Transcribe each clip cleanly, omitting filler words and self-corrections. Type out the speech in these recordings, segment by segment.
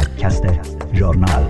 پادکست ژورنال.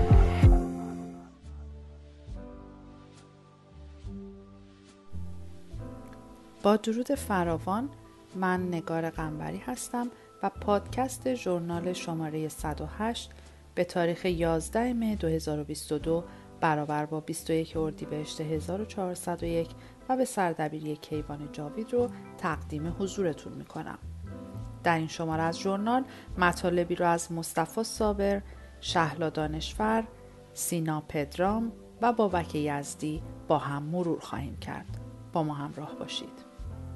با درود فراوان، من نگار قنبری هستم و پادکست ژورنال شماره 108 به تاریخ 11 مه 2022 برابر با 21 اردیبهشت 1401 و به سردبیری کیوان جاوید رو تقدیم حضورتون میکنم. در این شماره از ژورنال مطالبی رو از مصطفی صابر، شهلا دانشفر، سینا پدرام و بابک یزدی با هم مرور خواهیم کرد. با ما همراه باشید.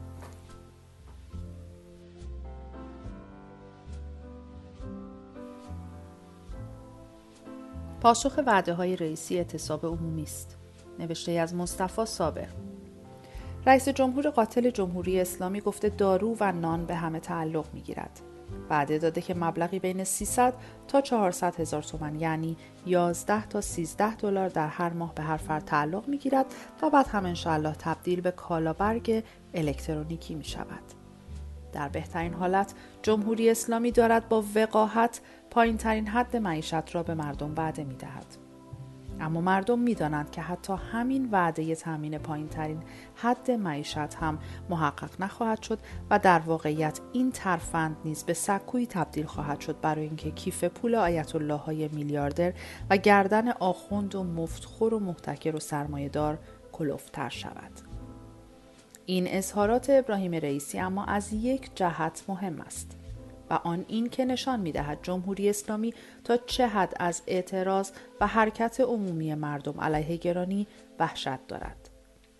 پاسخ وعده‌های رئیسی اعتصاب عمومی است. نوشته از مصطفی صابر. رئیس جمهور قاتل جمهوری اسلامی گفته دارو و نان به همه تعلق می‌گیرد. وعده داده که مبلغی بین 300 تا 400 هزار تومان یعنی 11 تا 13 دلار در هر ماه به هر فرد تعلق می‌گیرد و بعد هم انشاءالله تبدیل به کالابرگ الکترونیکی می‌شود. در بهترین حالت جمهوری اسلامی دارد با وقاحت پایین ترین حد معیشت را به مردم وعده می دهد. اما مردم می دانند که حتی همین وعده تامین پایین ترین حد معیشت هم محقق نخواهد شد و در واقعیت این ترفند نیز به سکویی تبدیل خواهد شد برای اینکه کیف پول آیت الله های میلیاردر و گردن آخوند و مفتخور و محتکر و سرمایه‌دار کلفتر شود. این اظهارات ابراهیم رئیسی اما از یک جهت مهم است و آن این که نشان می‌دهد جمهوری اسلامی تا چه حد از اعتراض و حرکت عمومی مردم علیه گرانی وحشت دارد.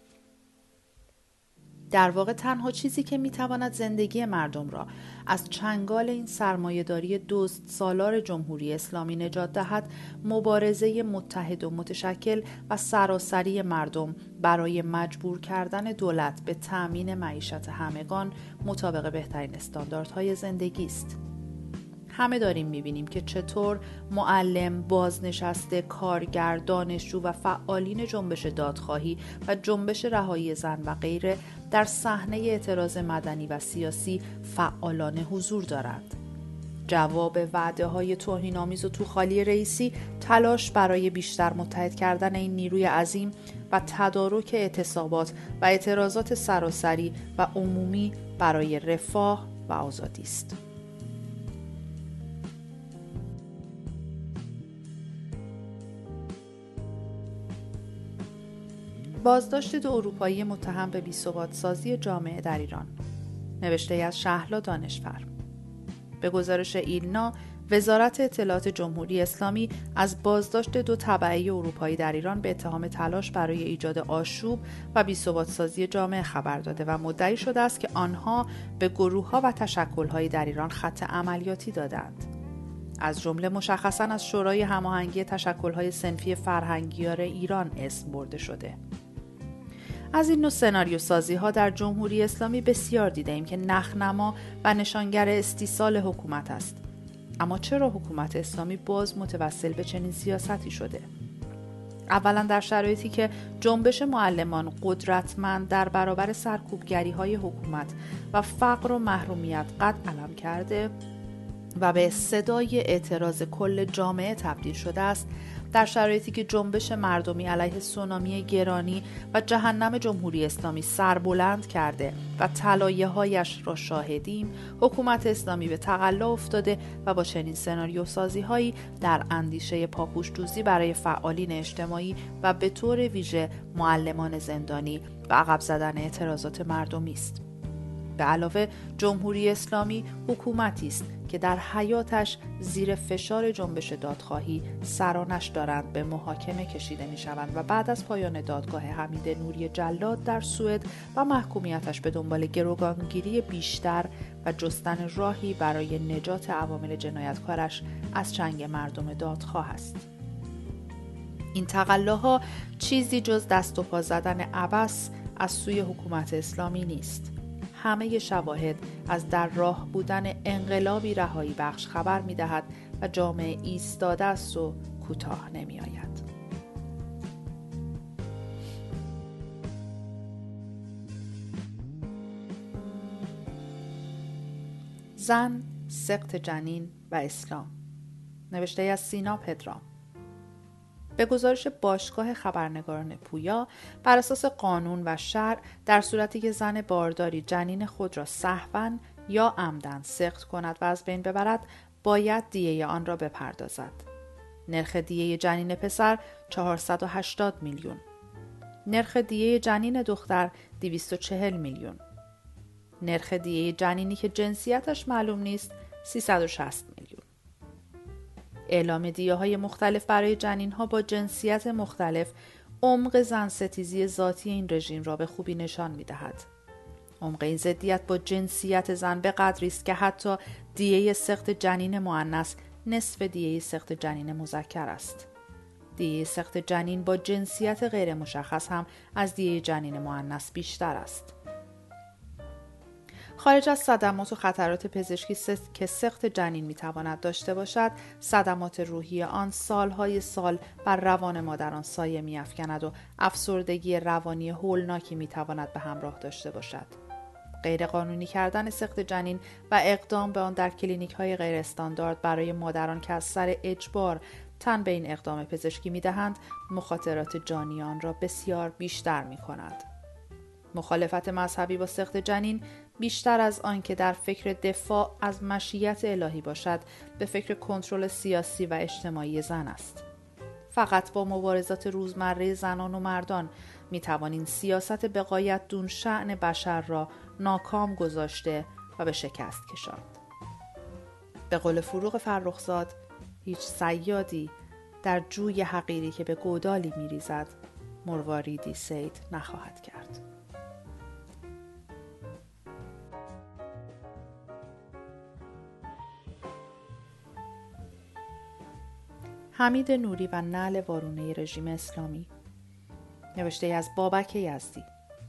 در واقع تنها چیزی که می‌تواند زندگی مردم را از چنگال این سرمایه‌داری دزد سالار جمهوری اسلامی نجات دهد، مبارزه متحد و متشکل و سراسری مردم برای مجبور کردن دولت به تأمین معیشت همگان مطابق بهترین استانداردهای زندگی است. همه داریم می‌بینیم که چطور معلم، بازنشسته، کارگر، دانشجو و فعالین جنبش دادخواهی و جنبش رهایی زن و غیره در صحنه اعتراض مدنی و سیاسی فعالانه حضور دارند. جواب وعده‌های توهین‌آمیز و توخالی رئیسی تلاش برای بیشتر متحد کردن این نیروی عظیم و تدارک اعتصابات و اعتراضات سراسری و عمومی برای رفاه و آزادی است. بازداشت 2 اروپایی متهم به بی‌ثبات سازی جامعه در ایران. نوشته از شهلا دانشفر. به گزارش ایلنا، وزارت اطلاعات جمهوری اسلامی از بازداشت 2 تبعه اروپایی در ایران به اتهام تلاش برای ایجاد آشوب و بی‌ثبات سازی جامعه خبر داده و مدعی شده است که آنها به گروه‌ها و تشکل‌های در ایران خط عملیاتی دادند. از جمله مشخصاً از شورای هماهنگی تشکل‌های صنفی فرهنگیار ایران اسم برده شده. از این نوع سناریو سازی ها در جمهوری اسلامی بسیار دیده ایم که نخنما و نشانگر استیصال حکومت است. اما چرا حکومت اسلامی باز متوسل به چنین سیاستی شده؟ اولا در شرایطی که جنبش معلمان قدرتمند در برابر سرکوبگری های حکومت و فقر و محرومیت قد علم کرده و به صدای اعتراض کل جامعه تبدیل شده است، در شرایطی که جنبش مردمی علیه سونامی گرانی و جهنم جمهوری اسلامی سربلند کرده و طلایه‌هایش را شاهدیم، حکومت اسلامی به تقلا افتاده و با چنین سناریو سازی هایی در اندیشه پاپوش دوزی برای فعالین اجتماعی و به طور ویژه معلمان زندانی و عقب زدن اعتراضات مردمی است. به علاوه جمهوری اسلامی حکومتی است که در حیاتش زیر فشار جنبش دادخواهی سرانش دارند به محاکمه کشیده می شوند و بعد از پایان دادگاه حمید نوری جلاد در سوئد و محکومیتش به دنبال گروگانگیری بیشتر و جستن راهی برای نجات عوامل جنایتکارش از چنگ مردم دادخواه است. این تقلاها چیزی جز دست و پا زدن عبث از سوی حکومت اسلامی نیست. همه شواهد از در راه بودن انقلابی رهایی بخش خبر می دهد و جامعه ایستاده است و کوتاه نمی آید. زن، سقط جنین و اسلام. نوشته از سینا پدرام. به گزارش باشگاه خبرنگاران پویا، بر اساس قانون و شرع در صورتی که زن بارداری جنین خود را سهواً یا عمداً سقط کند و از بین ببرد، باید دیه آن را بپردازد. نرخ دیه جنین پسر 480 میلیون. نرخ دیه جنین دختر 240 میلیون. نرخ دیه جنینی که جنسیتش معلوم نیست 360 میلیون. اعلام دیه‌های مختلف برای جنین‌ها با جنسیت مختلف عمق زن‌ستیزی ذاتی این رژیم را به خوبی نشان می‌دهد. عمق این ضدیت با جنسیت زن به قدری است که حتی دیه سقط جنین مؤنث نصف دیه سقط جنین مذکر است. دیه سقط جنین با جنسیت غیر مشخص هم از دیه جنین مؤنث بیشتر است. خارج از صدمات و خطرات پزشکی که سقط جنین میتواند داشته باشد، صدمات روحی آن سالهای سال بر روان مادران سایه میافکند و افسردگی روانی هولناکی میتواند به همراه داشته باشد. غیر قانونی کردن سقط جنین و اقدام به آن در کلینیک‌های غیر استاندارد برای مادران که از سر اجبار تن به این اقدام پزشکی می‌دهند، مخاطرات جانی آن را بسیار بیشتر می‌کند. مخالفت مذهبی با سقط جنین بیشتر از آن که در فکر دفاع از مشیت الهی باشد، به فکر کنترل سیاسی و اجتماعی زن است. فقط با مبارزات روزمره زنان و مردان می‌توان این سیاست بغایت دون شأن بشر را ناکام گذاشته و به شکست کشاند. به قول فروغ فرخزاد، هیچ صیادی در جوی حقیری که به گودالی می‌ریزد مرواریدی صید نخواهد کرد. حمید نوری و نعل وارونه رژیم اسلامی. نوشته از بابک یزدی.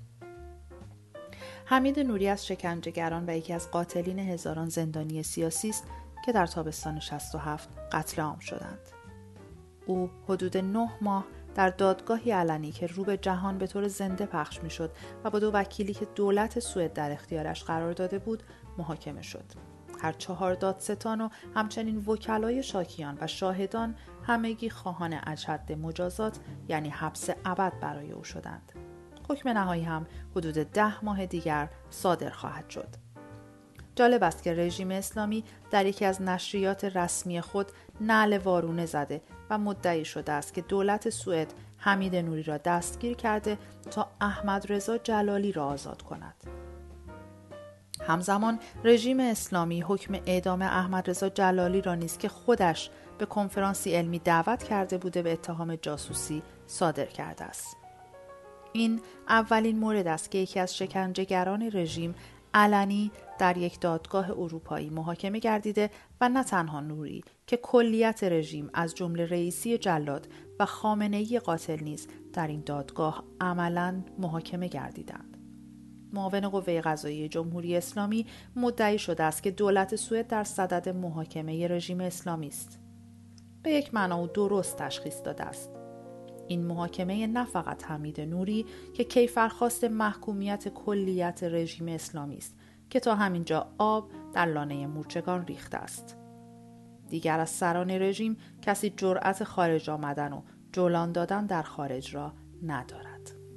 حمید نوری از شکنجهگران و یکی از قاتلین هزاران زندانی سیاسی است که در تابستان 67 قتل عام شدند. او حدود 9 ماه در دادگاهی علنی که رو به جهان به طور زنده پخش می‌شد و با 2 وکیلی که دولت سوئد در اختیارش قرار داده بود محاکمه شد. هر 4 دادستان و همچنین وکلای شاکیان و شاهدان همگی خواهان اشد مجازات یعنی حبس ابد برای او شدند. حکم نهایی هم حدود 10 ماه دیگر صادر خواهد شد. جالب است که رژیم اسلامی در یکی از نشریات رسمی خود نعل وارونه زده و مدعی شده است که دولت سوئد حمید نوری را دستگیر کرده تا احمد رضا جلالی را آزاد کند. همزمان رژیم اسلامی حکم اعدام احمد رضا جلالی را نیز که خودش به کنفرانسی علمی دعوت کرده بوده به اتهام جاسوسی صادر کرده است. این اولین مورد است که یکی از شکنجهگران رژیم علنی در یک دادگاه اروپایی محاکمه گردیده و نه تنها نوری که کلیت رژیم از جمله رئیسی جلاد و خامنه‌ای قاتل نیز در این دادگاه عملاً محاکمه گردیدند. معاون قوه قضاییه جمهوری اسلامی مدعی شده است که دولت سوئد در صدد محاکمه رژیم اسلامی است. به یک معنا او درست تشخیص داده است. این محاکمه نه فقط حمید نوری که کیفرخواست محکومیت کلیت رژیم اسلامی است که تا همینجا آب در لانه مورچگان ریخته است. دیگر از سران رژیم کسی جرأت خارج آمدن و جولان دادن در خارج را ندارد.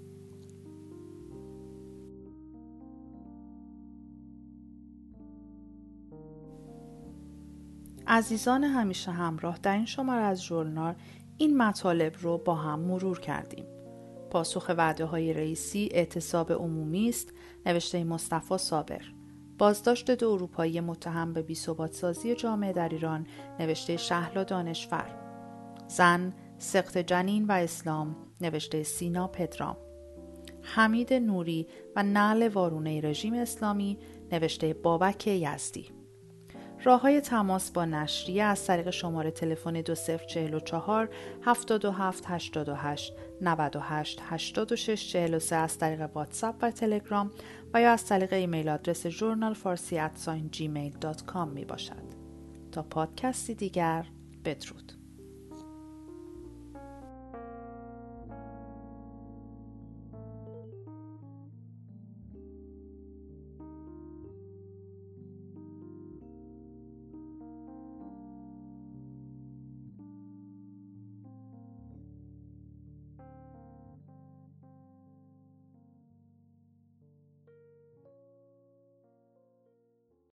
عزیزان همیشه همراه، در این شماره از ژورنال این مطالب رو با هم مرور کردیم. پاسخ وعده‌های رئیسی اعتصاب عمومی است، نوشته مصطفی صابر. بازداشت 2 اروپایی متهم به بی‌ثبات‌سازی جامعه در ایران، نوشته شهلا دانشفر. زن، سقط جنین و اسلام، نوشته سینا پدرام. حمید نوری و نعل وارونه رژیم اسلامی، نوشته بابک یزدی. راه‌های تماس با نشریه از طریق شماره تلفن 2044 77 88 98 86 43 از طریق واتساپ و تلگرام و یا از طریق ایمیل آدرس journalfarsi@gmail.com می باشد. تا پادکستی دیگر، بدرود.